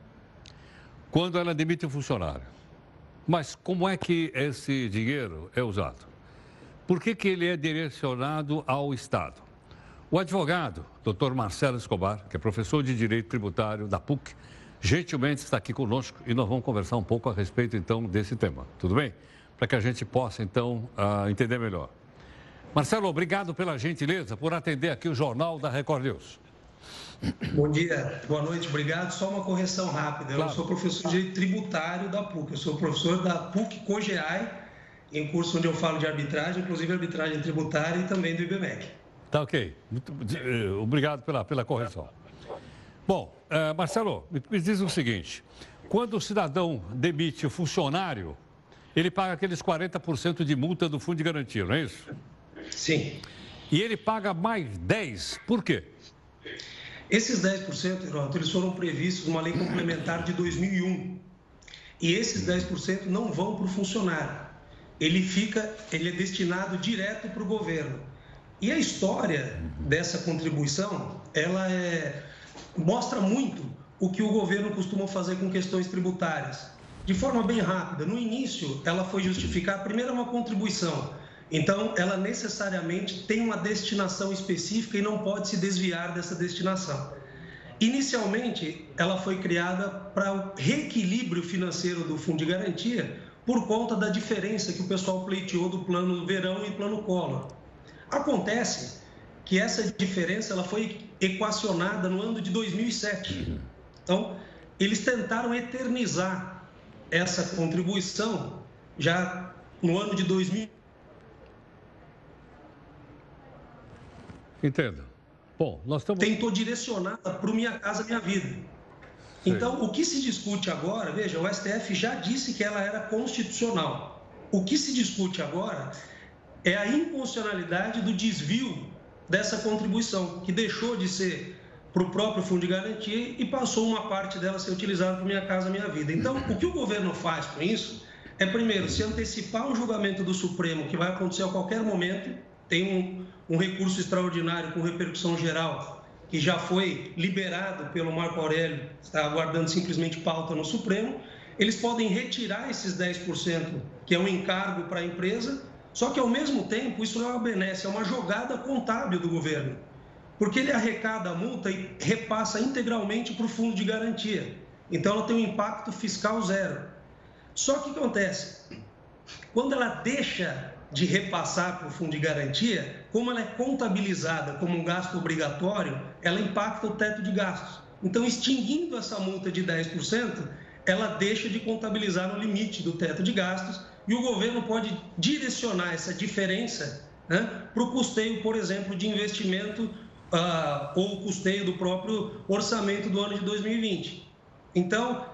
[SPEAKER 1] quando ela demite um funcionário. Mas como é que esse dinheiro é usado? Por que ele é direcionado ao Estado? O advogado, Dr. Marcelo Escobar, que é professor de Direito Tributário da PUC, gentilmente está aqui conosco e nós vamos conversar um pouco a respeito, então, desse tema. Tudo bem? Para que a gente possa, então, entender melhor. Marcelo, obrigado pela gentileza por atender aqui o Jornal da Record News.
[SPEAKER 8] Bom dia, boa noite, obrigado. Só uma correção rápida. Eu
[SPEAKER 1] Claro.
[SPEAKER 8] não sou professor de Direito Tributário da PUC, eu sou professor da PUC COGEAI, em curso onde eu falo de arbitragem, inclusive arbitragem tributária e também do IBMEC.
[SPEAKER 1] Tá ok. Obrigado pela correção. Bom, Marcelo, me diz o seguinte. Quando o cidadão demite o funcionário, ele paga aqueles 40% de multa do Fundo de Garantia, não é isso?
[SPEAKER 8] Sim.
[SPEAKER 1] E ele paga mais 10%. Por quê?
[SPEAKER 8] Esses 10%, Heródoto, eles foram previstos numa lei complementar de 2001. E esses 10% não vão para o funcionário. Ele é destinado direto para o governo. E a história dessa contribuição, ela mostra muito o que o governo costuma fazer com questões tributárias. De forma bem rápida, no início, ela foi justificar, primeiro, uma contribuição. Então, ela necessariamente tem uma destinação específica e não pode se desviar dessa destinação. Inicialmente, ela foi criada para o reequilíbrio financeiro do Fundo de Garantia por conta da diferença que o pessoal pleiteou do Plano Verão e Plano Collor. Acontece que essa diferença ela foi equacionada no ano de 2007. Então, eles tentaram eternizar essa contribuição já no ano de 2000.
[SPEAKER 1] Entendo. Bom, nós estamos...
[SPEAKER 8] Tentou direcionada para o Minha Casa Minha Vida. Então, o que se discute agora, veja, o STF já disse que ela era constitucional. O que se discute agora é a inconstitucionalidade do desvio dessa contribuição, que deixou de ser para o próprio Fundo de Garantia e passou uma parte dela a ser utilizada para Minha Casa Minha Vida. Então, o que o governo faz com isso é, primeiro, se antecipar um julgamento do Supremo, que vai acontecer a qualquer momento. Tem um recurso extraordinário com repercussão geral, que já foi liberado pelo Marco Aurélio, está aguardando simplesmente pauta no Supremo. Eles podem retirar esses 10%, que é um encargo para a empresa, só que, ao mesmo tempo, isso não é uma benesse, é uma jogada contábil do governo, porque ele arrecada a multa e repassa integralmente para o Fundo de Garantia. Então, ela tem um impacto fiscal zero. Só que o que acontece? Quando ela deixa de repassar para o Fundo de Garantia, como ela é contabilizada como um gasto obrigatório, ela impacta o teto de gastos. Então, extinguindo essa multa de 10%, ela deixa de contabilizar no limite do teto de gastos e o governo pode direcionar essa diferença, né, para o custeio, por exemplo, de investimento ou o custeio do próprio orçamento do ano de 2020. Então,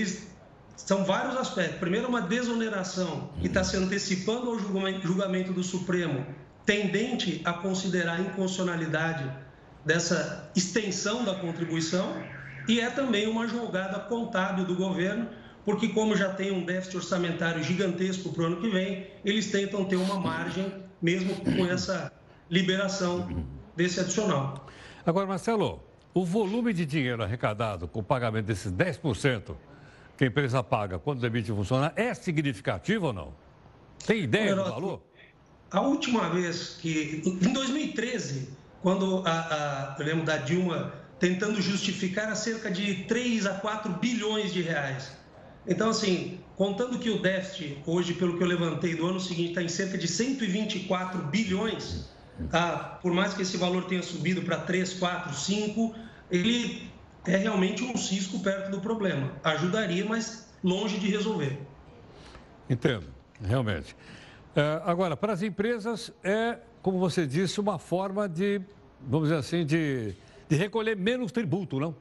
[SPEAKER 8] são vários aspectos. Primeiro, uma desoneração que está se antecipando ao julgamento do Supremo, tendente a considerar a inconstitucionalidade dessa extensão da contribuição, e é também uma jogada contábil do governo, porque como já tem um déficit orçamentário gigantesco para o ano que vem, eles tentam ter uma margem, mesmo com essa liberação desse adicional.
[SPEAKER 1] Agora, Marcelo, o volume de dinheiro arrecadado com o pagamento desses 10% que a empresa paga quando demite funcionário é significativo ou não? Tem ideia do valor?
[SPEAKER 8] A última vez que, em 2013, quando eu lembro da Dilma tentando justificar, a cerca de 3 a 4 bilhões de reais. Então, assim, contando que o déficit, hoje, pelo que eu levantei, do ano seguinte, está em cerca de 124 bilhões, por mais que esse valor tenha subido para 3, 4, 5, ele é realmente um cisco perto do problema. Ajudaria, mas longe de resolver.
[SPEAKER 1] Entendo, realmente. Agora, para as empresas, como você disse, uma forma de, vamos dizer assim, de recolher menos tributo, não?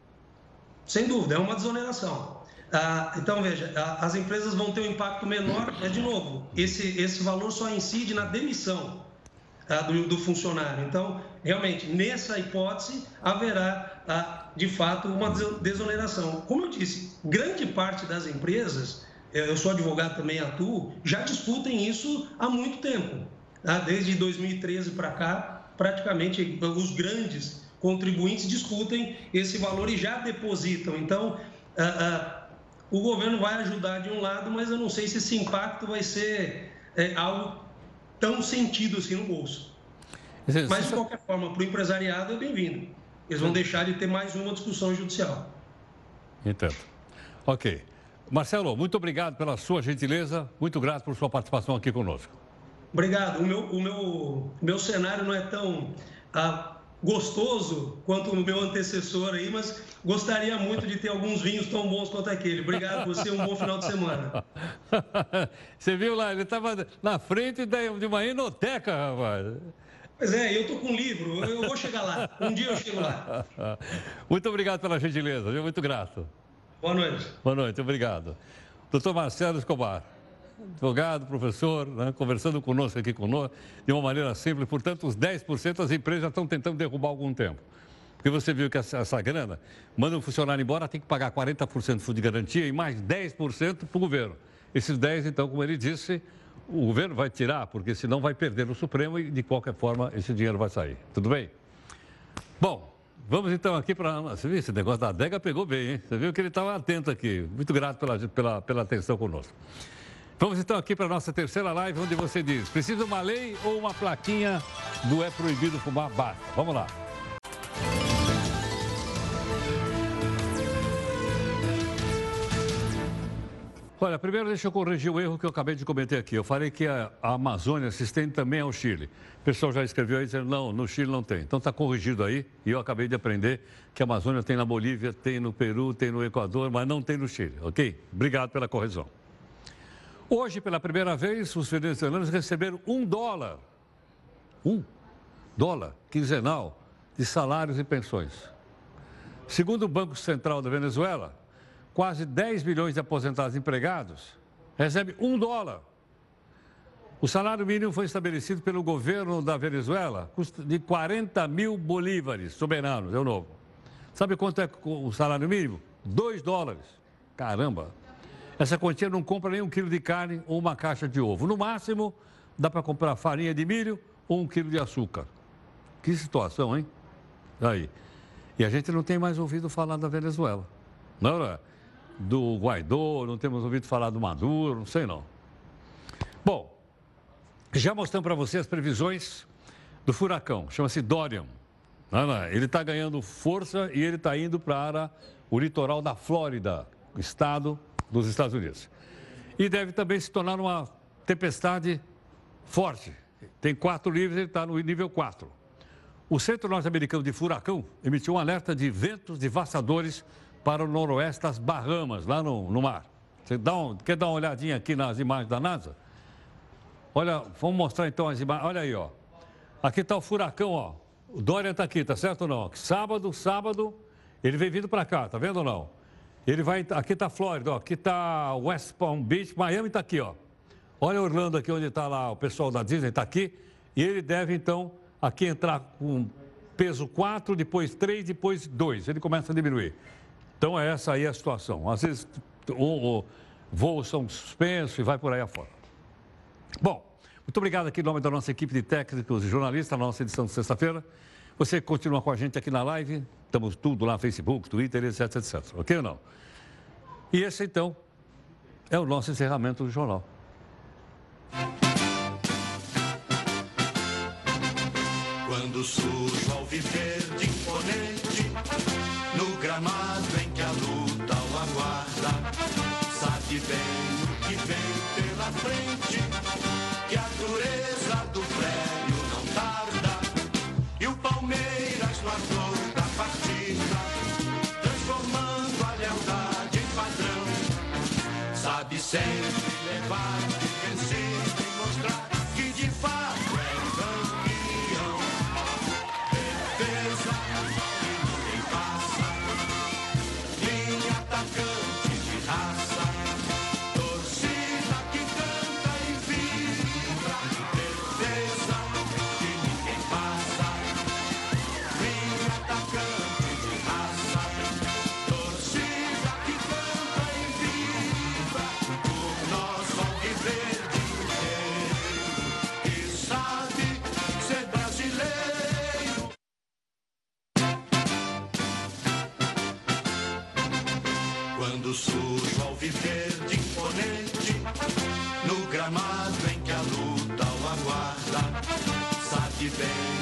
[SPEAKER 8] Sem dúvida, é uma desoneração. Então, veja, as empresas vão ter um impacto menor, de novo, esse valor só incide na demissão. do funcionário. Então, realmente, nessa hipótese, haverá, de fato, uma desoneração. Como eu disse, grande parte das empresas, eu sou advogado também, atuo, já discutem isso há muito tempo. Desde 2013 para cá, praticamente os grandes contribuintes discutem esse valor e já depositam. Então, o governo vai ajudar de um lado, mas eu não sei se esse impacto vai ser algo tão sentido assim no bolso. Mas, de qualquer forma, para o empresariado é bem-vindo. Eles vão deixar de ter mais uma discussão judicial.
[SPEAKER 1] Entendo. Ok. Marcelo, muito obrigado pela sua gentileza, muito grato por sua participação aqui conosco.
[SPEAKER 8] Obrigado. O meu cenário não é tão gostoso quanto o meu antecessor aí, mas gostaria muito de ter alguns vinhos tão bons quanto aquele. Obrigado por você, um bom final de semana.
[SPEAKER 1] Você viu lá, ele estava na frente de uma enoteca, rapaz.
[SPEAKER 8] Pois é, eu estou com um livro, eu vou chegar lá, um dia eu chego lá.
[SPEAKER 1] Muito obrigado pela gentileza, viu? Muito grato.
[SPEAKER 8] Boa noite.
[SPEAKER 1] Boa noite, obrigado. Doutor Marcelo Escobar, advogado, professor, né, conversando conosco aqui de uma maneira simples. Portanto, os 10% as empresas já estão tentando derrubar há algum tempo. Porque você viu que essa grana, manda um funcionário embora, tem que pagar 40% de fundo de garantia e mais 10% para o governo. Esses 10%, então, como ele disse, o governo vai tirar, porque senão vai perder no Supremo e, de qualquer forma, esse dinheiro vai sair. Tudo bem? Bom, vamos então aqui para... Você viu, esse negócio da adega pegou bem, hein? Você viu que ele estava atento aqui. Muito grato pela atenção conosco. Vamos então aqui para a nossa terceira live, onde você diz, precisa uma lei ou uma plaquinha do é proibido fumar basta? Vamos lá. Olha, primeiro deixa eu corrigir o erro que eu acabei de cometer aqui. Eu falei que a Amazônia se estende também ao Chile. O pessoal já escreveu aí dizendo, não, no Chile não tem. Então está corrigido aí e eu acabei de aprender que a Amazônia tem na Bolívia, tem no Peru, tem no Equador, mas não tem no Chile, ok? Obrigado pela correção. Hoje, pela primeira vez, os venezuelanos receberam $1 quinzenal de salários e pensões. Segundo o Banco Central da Venezuela, quase 10 milhões de aposentados empregados recebem $1. O salário mínimo foi estabelecido pelo governo da Venezuela de 40 mil bolívares soberanos, é o novo. Sabe quanto é o salário mínimo? $2. Caramba! Essa quantia não compra nem 1 quilo de carne ou uma caixa de ovo. No máximo, dá para comprar farinha de milho ou 1 quilo de açúcar. Que situação, hein? Aí. E a gente não tem mais ouvido falar da Venezuela. Não é? Do Guaidó, não temos ouvido falar do Maduro, não sei não. Bom, já mostramos para você as previsões do furacão, chama-se Dorian. Ele está ganhando força e ele está indo para o litoral da Flórida, estado dos Estados Unidos. E deve também se tornar uma tempestade forte. Tem 4 níveis, ele está no nível 4. O Centro Norte-Americano de Furacão emitiu um alerta de ventos devastadores para o noroeste das Bahamas, lá no mar. Você quer dar uma olhadinha aqui nas imagens da NASA? Olha, vamos mostrar então as imagens. Olha aí, ó. Aqui está o furacão, ó. O Dorian está aqui, tá certo ou não? Sábado, ele vem vindo para cá, tá vendo ou não? Ele vai, aqui está a Flórida, ó. Aqui está West Palm Beach, Miami está aqui, ó. Olha Orlando aqui, onde está lá o pessoal da Disney, está aqui. E ele deve, então, aqui entrar com peso 4, depois 3, depois 2. Ele começa a diminuir. Então, essa aí é a situação. Às vezes, voos são suspensos e vai por aí afora. Bom, muito obrigado aqui em nome da nossa equipe de técnicos e jornalistas, na nossa edição de sexta-feira. Você continua com a gente aqui na live, estamos tudo lá, Facebook, Twitter, etc, etc. Ok ou não? E esse, então, é o nosso encerramento do jornal.
[SPEAKER 9] Quando surge ao viver de imponente, no gramado em que a luta o aguarda, sabe bem o que vem pela frente, que a dureza do prédio não tarda, e o Palmeiras no ardor da partida, transformando a lealdade em padrão, sabe sempre levar de vencer e mostrar que de fato é campeão. Defesa que ninguém passa, linha atacante de raça, torcida que canta e vibra. Defesa que vem que a luta o aguarda. Sabe bem